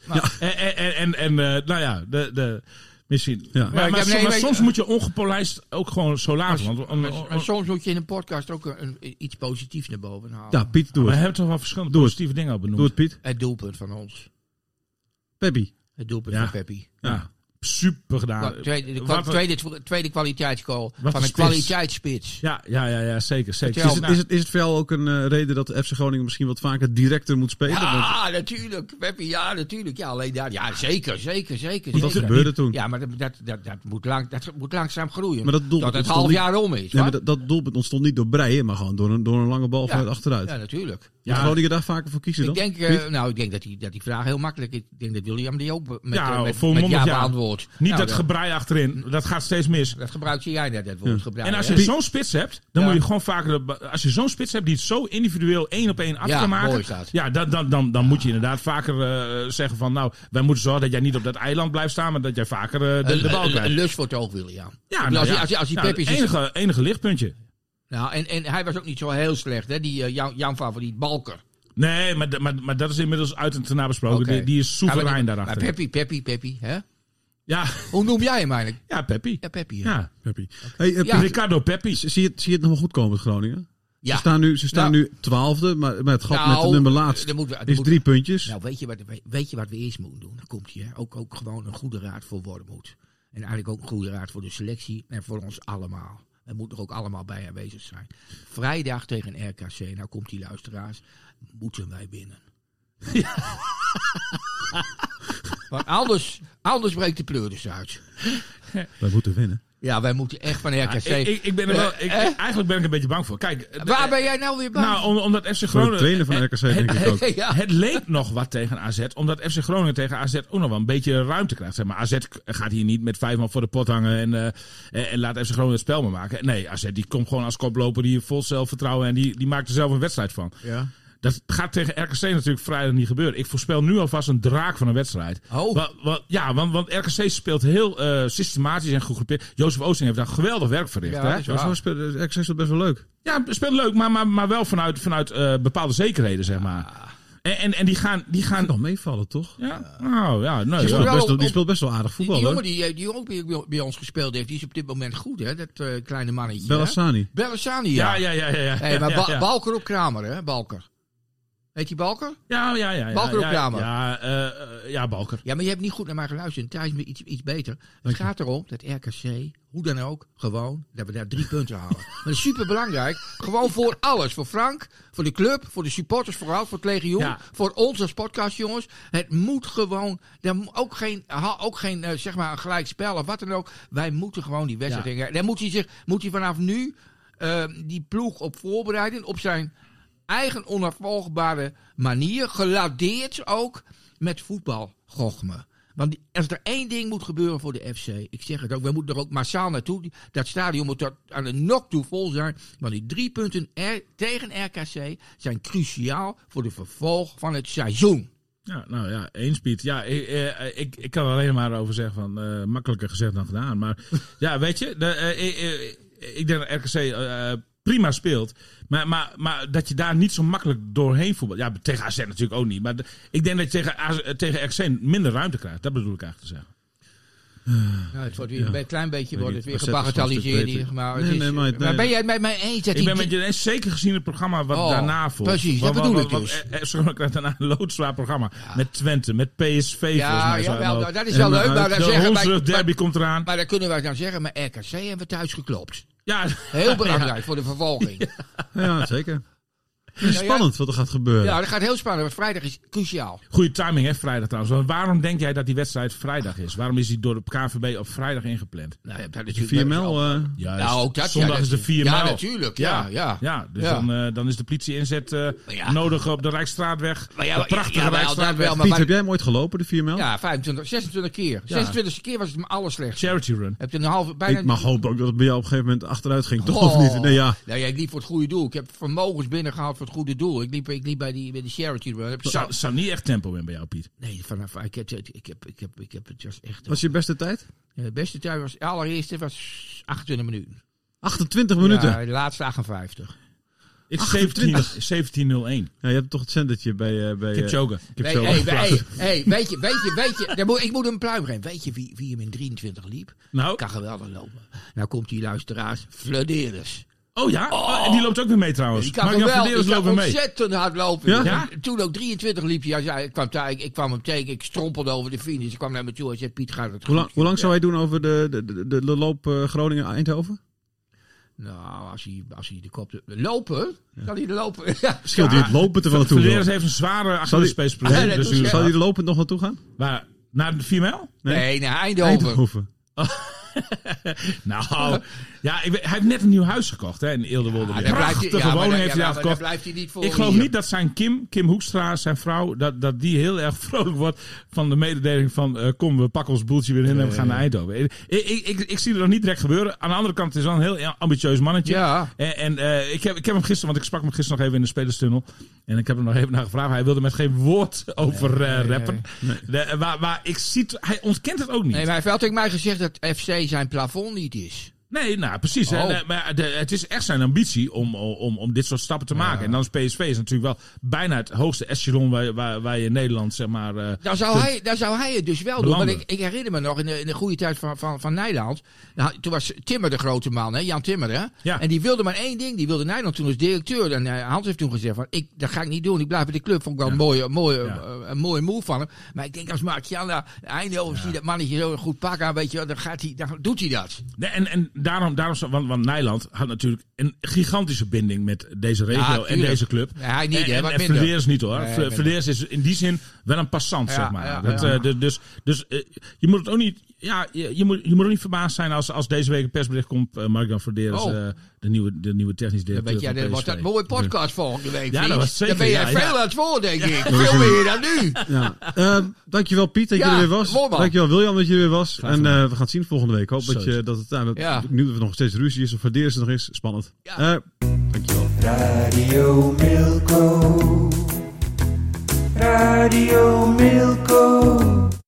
Misschien. Ja. Maar soms moet je ongepolijst ook gewoon zo laten. Maar soms moet je in een podcast ook iets positiefs naar boven halen. Ja, Piet, doe het. We hebben toch wel verschillende positieve dingen al benoemd. Doe het, Piet. Het doelpunt van ons. Peppy. Het doelpunt van Peppy. Ja. super gedaan. Tweede kwaliteitsgoal Wat van een spits. kwaliteitsspits. Ja, zeker. Is het voor jou ook een reden dat FC Groningen misschien wat vaker directer moet spelen? Ja, natuurlijk. Peppy, ja, natuurlijk. Ja, alleen daar. Ja, zeker. Want dat gebeurde toen. Ja, maar dat moet langzaam groeien. Maar dat doelpunt het half jaar om is. Nee, maar dat doelpunt ontstond niet door breien, maar gewoon door een lange bal vanuit achteruit. Ja, natuurlijk. Moet Groningen daar vaker voor kiezen dan? Ik denk dat die vraag heel makkelijk is. Ik denk dat William die ook met beantwoordt. Niet dat gebrei achterin. Dat gaat steeds mis. Dat gebruikt jij net, dat woord gebrei. En als je zo'n spits hebt, dan moet je gewoon vaker... Als je zo'n spits hebt die het zo individueel 1-op-1 af kan maken... Ja, dan moet je inderdaad vaker zeggen van... Nou, wij moeten zorgen dat jij niet op dat eiland blijft staan... maar dat jij vaker de bal krijgt. Een lust voor het oog, William. Ja, als die Peppy enige lichtpuntje. Nou, en hij was ook niet zo heel slecht, hè? Die jouw favoriet Balker. Nee, maar dat is inmiddels uit en ten nabesproken. Okay. Die is soeverein daarachter. Maar Peppy, hè? Ja. Hoe noem jij hem eigenlijk? Ja, Peppy. Ja, Peppy. Ja. Hey, Ricardo Peppy. Zie je het nog wel goed komen met Groningen? Ja. Ze staan nu 12e, maar het gat met de nummer laatst is 3 puntjes. Nou, weet je wat we eerst moeten doen? Dan komt hij, ook gewoon een goede raad voor Wormoed. En eigenlijk ook een goede raad voor de selectie en voor ons allemaal. We moeten er ook allemaal bij aanwezig zijn. Vrijdag tegen RKC, nou komt die luisteraars, moeten wij winnen. Ja. Want anders breekt de pleuris uit. Wij moeten winnen. Ja, wij moeten echt van RKC... Eigenlijk ben ik een beetje bang voor. Kijk, waar ben jij nou weer bang voor? Nou, omdat FC Groningen... De trainer van RKC denk ik ook. Het leek nog wat tegen AZ. Omdat FC Groningen tegen AZ ook nog wel een beetje ruimte krijgt. Zeg maar AZ gaat hier niet met 5 man voor de pot hangen en laat FC Groningen het spel maar maken. Nee, AZ die komt gewoon als koploper, die vol zelfvertrouwen en die maakt er zelf een wedstrijd van. Ja. Dat gaat tegen RKC natuurlijk vrijdag niet gebeuren. Ik voorspel nu alvast een draak van een wedstrijd. Oh. Want RKC speelt heel systematisch en goed gegroepeerd. Jozef Oosting heeft daar geweldig werk verricht. Ja, RKC speelt best wel leuk. Ja, speelt leuk, maar wel vanuit bepaalde zekerheden, zeg maar. En die gaan nog meevallen, toch? Ja, nou ja. Nee, die speelt best wel aardig voetbal. Die jongen die ook bij ons gespeeld heeft, die is op dit moment goed, hè? Dat kleine mannetje. Bellassani, ja. Ja. Hey, maar Balker op Kramer, hè? Balker. Weet je Balker? Ja. Balker op Kramer. Ja, Balker. Ja, maar je hebt niet goed naar mij geluisterd. Thijs is iets beter. Het gaat erom dat RKC, hoe dan ook, gewoon, dat we daar 3 punten halen. Maar dat is super belangrijk. Gewoon voor alles. Voor Frank, voor de club, voor de supporters vooral, voor het legioen, voor ons als podcast, jongens. Het moet gewoon, ook geen zeg maar een gelijk spel of wat dan ook. Wij moeten gewoon die wedstrijd in. Dan moet hij vanaf nu die ploeg op voorbereiden, op zijn eigen onafvolgbare manier, gelaudeerd ook met voetbalgochme. Want als er 1 ding moet gebeuren voor de FC, ik zeg het ook, we moeten er ook massaal naartoe. Dat stadion moet er aan de nok toe vol zijn. Want die 3 punten tegen RKC zijn cruciaal voor de vervolg van het seizoen. Ja, nou ja, eens Piet. Ja, ik kan er alleen maar over zeggen van makkelijker gezegd dan gedaan. Maar ja, weet je, ik denk dat RKC prima speelt. Maar dat je daar niet zo makkelijk doorheen voetbalt. Ja, tegen AZ natuurlijk ook niet. Maar ik denk dat je tegen RKC minder ruimte krijgt. Dat bedoel ik eigenlijk te zeggen. Het wordt weer een klein beetje wordt het weer gebagatelliseerd. Maar ben jij het met mij eens? Ik ben met je eens, zeker gezien het programma wat daarna volgt. Precies, dat bedoel ik dus. FC krijgt daarna een loodzwaar programma. Ja. Met Twente, met PSV. Ja, dat is wel leuk. De derby komt eraan. Maar dan kunnen wij dan zeggen, maar RKC hebben we thuis geklopt. Ja. Heel belangrijk voor de vervolging. Ja, zeker. Spannend wat er gaat gebeuren. Ja, dat gaat heel spannend. Want vrijdag is cruciaal. Goede timing, hè, vrijdag trouwens. Want waarom denk jij dat die wedstrijd vrijdag is? Waarom is die door de KNVB op vrijdag ingepland? Nou, ja, dat is 4 mijl. Ook dat. Zondag is de 4 mijl. Ja, natuurlijk. Ja, dus dan is de politie-inzet nodig op de Rijksstraatweg. De prachtige Rijksstraatweg. Piet, heb jij hem ooit gelopen, de 4 mijl? Ja, 26 keer. 26e keer was het mijn allerslechtste. Charity run. Heb je een halve, bijna ik mag hopen ook dat het bij jou op een gegeven moment achteruit ging. Toch of niet? Nee, ja. Nou ja, ik liep voor het goede doel. Ik heb vermogens binnengehaald voor het goede doel. Ik liep bij de charity run. Zou niet echt tempo in bij jou, Piet? Nee, ik heb het just echt... Was je beste tijd? De beste tijd was, allereerste was 28 minuten. 28 minuten? Ja, de laatste 58. Ik 17:01. Ja, je hebt toch het zendertje bij Kipchoge. Weet je, ik moet een pluim geven. Weet je wie hem in 23 liep? Nou? Kan geweldig lopen. Nou komt die luisteraars, Flederis. Oh ja? En die loopt ook weer mee trouwens. Die kan ontzettend hard lopen. Ja? Toen ook 23 liep hij. Ik kwam hem tegen. Ik strompelde over de finish. Ik kwam naar me toe en zei, Piet, gaat het goed? Hoe lang zou hij doen over de loop Groningen-Eindhoven? Nou, als hij de kop... Lopen? Kan hij er lopen? Scheelt hij het lopen te naartoe? Verderes heeft een zware Achillespeesprobleem. Zal hij er lopend nog naartoe gaan? Waar? Naar de 4 mijl? Nee, naar Eindhoven. Nou, ja, hij heeft net een nieuw huis gekocht in Eelderwolde. Prachtige woning heeft hij gekocht. Daar blijft hij niet voor. Ik geloof niet dat zijn Kim Hoekstra, zijn vrouw, dat die heel erg vrolijk wordt van de mededeling van kom, we pakken ons boeltje weer in en we gaan naar Eindhoven. Ik zie het nog niet direct gebeuren. Aan de andere kant, het is wel een heel ambitieus mannetje. Ja. En ik heb hem gisteren, want ik sprak hem gisteren nog even in de spelerstunnel. En ik heb hem nog even naar gevraagd. Hij wilde met geen woord over rappen. Nee. Maar ik zie, hij ontkent het ook niet. Nee, maar hij heeft wel tegen mij gezegd dat FC zijn plafond niet is. Nee, nou precies. Maar het is echt zijn ambitie om dit soort stappen te maken. En dan is PSV is natuurlijk wel bijna het hoogste echelon waar je in Nederland, zeg maar... Daar zou hij het dus wel belanden. doen. Want ik herinner me nog in de goede tijd van Nijland. Nou, toen was Timmer de grote man, hè? Jan Timmer. Hè? Ja. En die wilde maar één ding. Die wilde Nijland toen als directeur. En Hans heeft toen gezegd van, dat ga ik niet doen. Ik blijf bij de club. Vond ik wel een mooie move van hem. Maar ik denk als Marciana Eindhoven ziet dat mannetje zo goed pakken, weet je, dan doet hij dat. Nee, en daarom want Nijland had natuurlijk een gigantische binding met deze regio en deze club. Ja, hij niet, en Verderes niet hoor. Verderes is in die zin wel een passant, zeg maar. Dus je moet het ook niet... Ja, je moet ook niet verbaasd zijn als deze week een persbericht komt. Mark-Jan Verderes, de nieuwe technisch directeur. Weet je, dat wordt een mooie podcast volgende week. Ja, dat was zeker. Dan ben je veel aan het voor, denk ik. Veel meer dan nu. Ja. Dankjewel Piet dat je er weer was. Dankjewel William dat je er weer was. En we gaan het zien volgende week. Hoop dat het nu nog steeds ruzie is of Verderes er nog is. Spannend. Dankjewel. Radio Milko.